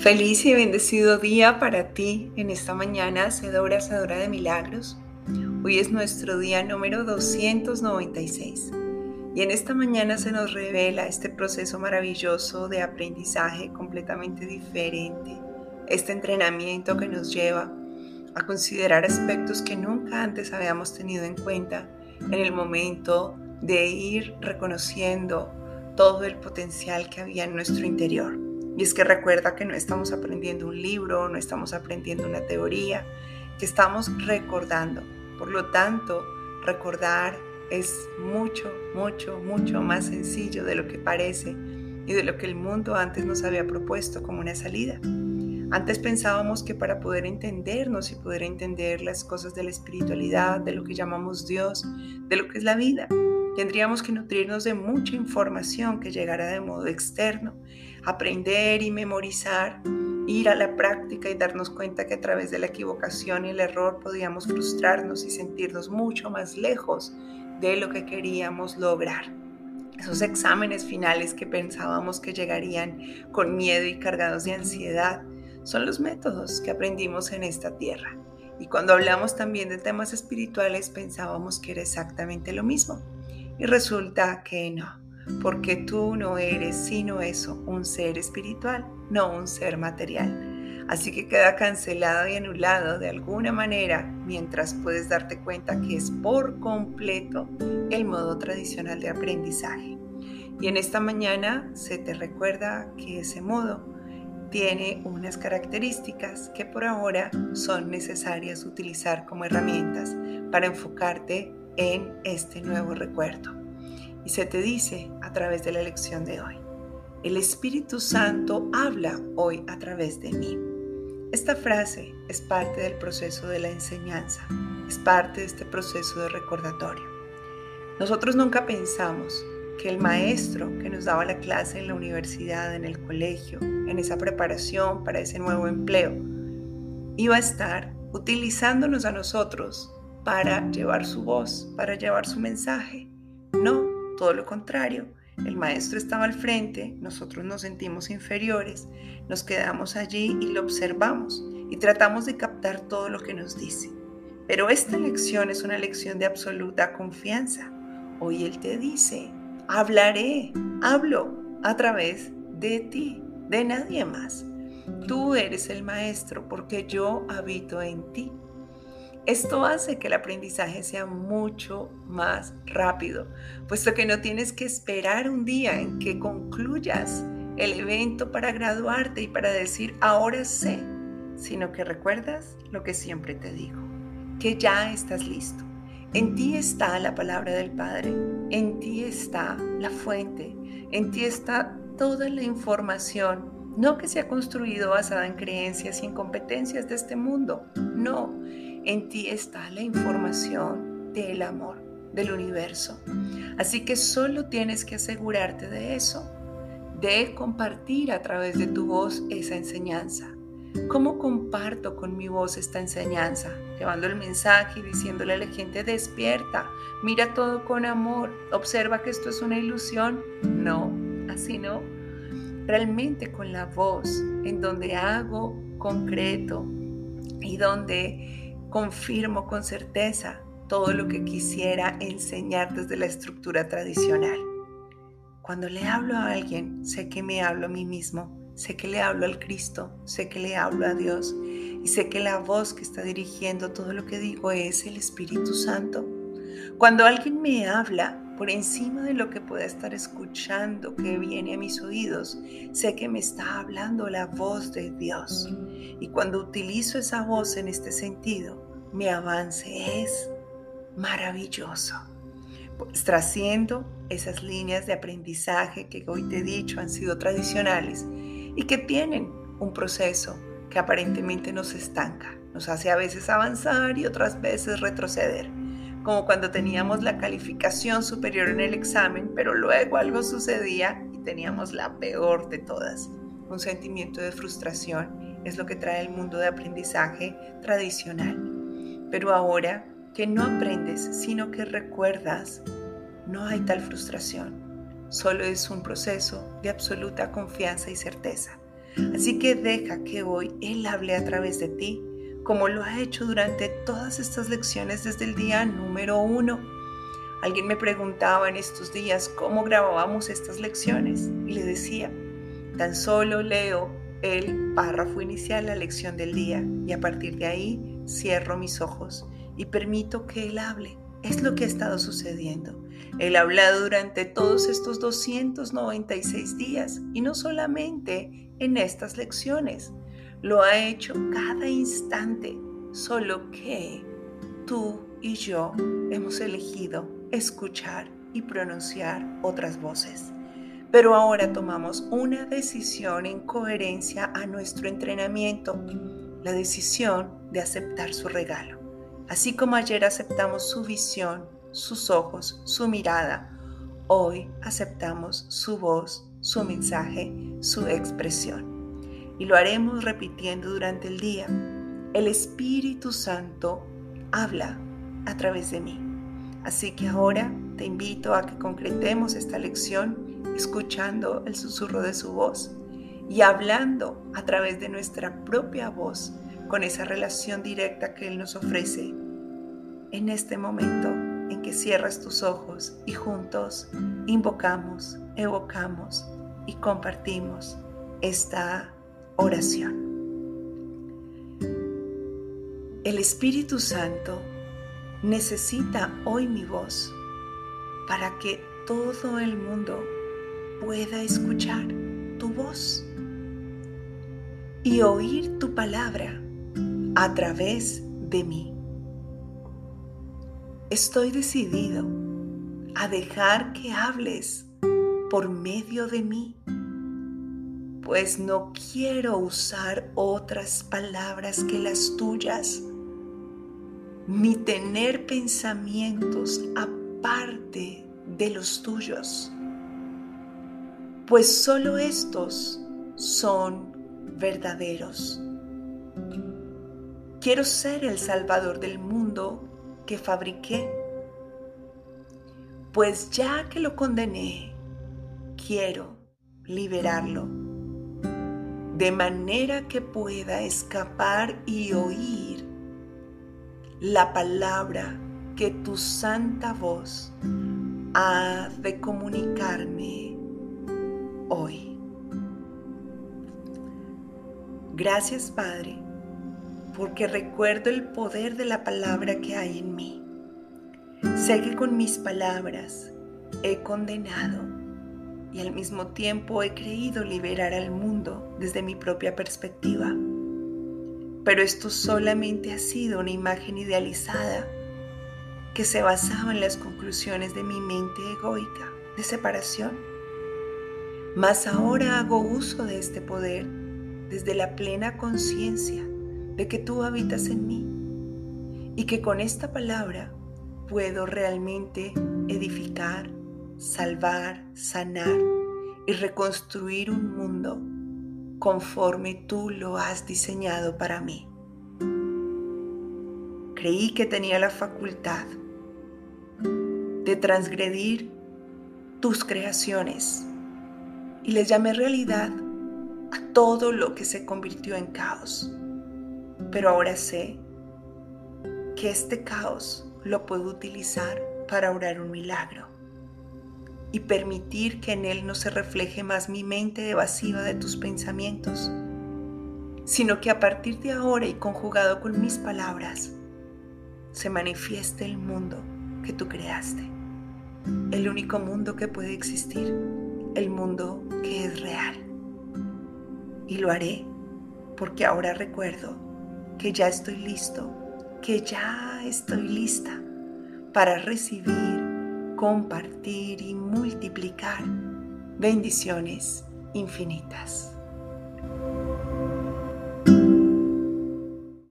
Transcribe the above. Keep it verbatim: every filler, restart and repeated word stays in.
Feliz y bendecido día para ti en esta mañana, hacedora, hacedora de milagros. Hoy es nuestro día número doscientos noventa y seis y en esta mañana se nos revela este proceso maravilloso de aprendizaje completamente diferente, este entrenamiento que nos lleva a considerar aspectos que nunca antes habíamos tenido en cuenta en el momento de ir reconociendo todo el potencial que había en nuestro interior. Y es que recuerda que no estamos aprendiendo un libro, no estamos aprendiendo una teoría, que estamos recordando. Por lo tanto, recordar es mucho, mucho, mucho más sencillo de lo que parece y de lo que el mundo antes nos había propuesto como una salida. Antes pensábamos que para poder entendernos y poder entender las cosas de la espiritualidad, de lo que llamamos Dios, de lo que es la vida, tendríamos que nutrirnos de mucha información que llegara de modo externo, aprender y memorizar, ir a la práctica y darnos cuenta que a través de la equivocación y el error podíamos frustrarnos y sentirnos mucho más lejos de lo que queríamos lograr. Esos exámenes finales que pensábamos que llegarían con miedo y cargados de ansiedad son los métodos que aprendimos en esta tierra. Y cuando hablamos también de temas espirituales pensábamos que era exactamente lo mismo. Y resulta que no, porque tú no eres sino eso, un ser espiritual, no un ser material. Así que queda cancelado y anulado de alguna manera mientras puedes darte cuenta que es por completo el modo tradicional de aprendizaje. Y en esta mañana se te recuerda que ese modo tiene unas características que por ahora son necesarias utilizar como herramientas para enfocarte en este nuevo recuerdo. Y se te dice a través de la lección de hoy: el Espíritu Santo habla hoy a través de mí. Esta frase es parte del proceso de la enseñanza, es parte de este proceso de recordatorio. Nosotros nunca pensamos que el maestro que nos daba la clase en la universidad, en el colegio, en esa preparación para ese nuevo empleo, iba a estar utilizándonos a nosotros para llevar su voz, para llevar su mensaje. No, todo lo contrario. El maestro estaba al frente, nosotros nos sentimos inferiores, nos quedamos allí y lo observamos y tratamos de captar todo lo que nos dice. Pero esta lección es una lección de absoluta confianza. Hoy Él te dice: hablaré, hablo a través de ti, de nadie más. Tú eres el maestro porque yo habito en ti. Esto hace que el aprendizaje sea mucho más rápido, puesto que no tienes que esperar un día en que concluyas el evento para graduarte y para decir ahora sé, sino que recuerdas lo que siempre te digo, que ya estás listo. En ti está la palabra del Padre, en ti está la fuente, en ti está toda la información, no que se ha construido basada en creencias y en competencias de este mundo, no. En ti está la información del amor, del universo. Así que solo tienes que asegurarte de eso, de compartir a través de tu voz esa enseñanza. ¿Cómo comparto con mi voz esta enseñanza? Llevando el mensaje y diciéndole a la gente: despierta, mira todo con amor, observa que esto es una ilusión. No, así no. Realmente con la voz, en donde hago concreto y donde confirmo con certeza todo lo que quisiera enseñar desde la estructura tradicional. Cuando le hablo a alguien, sé que me hablo a mí mismo, sé que le hablo al Cristo, sé que le hablo a Dios y sé que la voz que está dirigiendo todo lo que digo es el Espíritu Santo. Cuando alguien me habla por encima de lo que pueda estar escuchando que viene a mis oídos, sé que me está hablando la voz de Dios. Y cuando utilizo esa voz en este sentido, mi avance es maravilloso. Pues trasciendo esas líneas de aprendizaje que hoy te he dicho han sido tradicionales y que tienen un proceso que aparentemente nos estanca, nos hace a veces avanzar y otras veces retroceder. Como cuando teníamos la calificación superior en el examen, pero luego algo sucedía y teníamos la peor de todas. Un sentimiento de frustración es lo que trae el mundo de aprendizaje tradicional. Pero ahora que no aprendes, sino que recuerdas, no hay tal frustración. Solo es un proceso de absoluta confianza y certeza. Así que deja que hoy Él hable a través de ti, como lo ha hecho durante todas estas lecciones desde el día número uno. Alguien me preguntaba en estos días cómo grabábamos estas lecciones y le decía, tan solo leo el párrafo inicial, la lección del día, y a partir de ahí cierro mis ojos y permito que Él hable. Es lo que ha estado sucediendo. Él ha hablado durante todos estos doscientos noventa y seis días y no solamente en estas lecciones. Lo ha hecho cada instante, solo que tú y yo hemos elegido escuchar y pronunciar otras voces. Pero ahora tomamos una decisión en coherencia a nuestro entrenamiento, la decisión de aceptar su regalo. Así como ayer aceptamos su visión, sus ojos, su mirada, hoy aceptamos su voz, su mensaje, su expresión. Y lo haremos repitiendo durante el día. El Espíritu Santo habla a través de mí. Así que ahora te invito a que concretemos esta lección escuchando el susurro de su voz y hablando a través de nuestra propia voz con esa relación directa que Él nos ofrece en este momento en que cierras tus ojos y juntos invocamos, evocamos y compartimos esta oración. El Espíritu Santo necesita hoy mi voz para que todo el mundo pueda escuchar tu voz y oír tu palabra a través de mí. Estoy decidido a dejar que hables por medio de mí, pues no quiero usar otras palabras que las tuyas, ni tener pensamientos aparte de los tuyos, pues solo estos son verdaderos. Quiero ser el Salvador del mundo que fabriqué, pues ya que lo condené, quiero liberarlo, de manera que pueda escapar y oír la palabra que tu santa voz ha de comunicarme hoy. Gracias, Padre, porque recuerdo el poder de la palabra que hay en mí. Sé que con mis palabras he condenado y al mismo tiempo he creído liberar al mundo desde mi propia perspectiva. Pero esto solamente ha sido una imagen idealizada que se basaba en las conclusiones de mi mente egoica de separación. Mas ahora hago uso de este poder desde la plena conciencia de que tú habitas en mí y que con esta palabra puedo realmente edificar, salvar, sanar y reconstruir un mundo conforme tú lo has diseñado para mí. Creí que tenía la facultad de transgredir tus creaciones y les llamé realidad a todo lo que se convirtió en caos. Pero ahora sé que este caos lo puedo utilizar para orar un milagro y permitir que en él no se refleje más mi mente evasiva de tus pensamientos, sino que a partir de ahora y conjugado con mis palabras, se manifieste el mundo que tú creaste, el único mundo que puede existir, el mundo que es real. Y lo haré porque ahora recuerdo que ya estoy listo, que ya estoy lista para recibir, compartir y multiplicar bendiciones infinitas.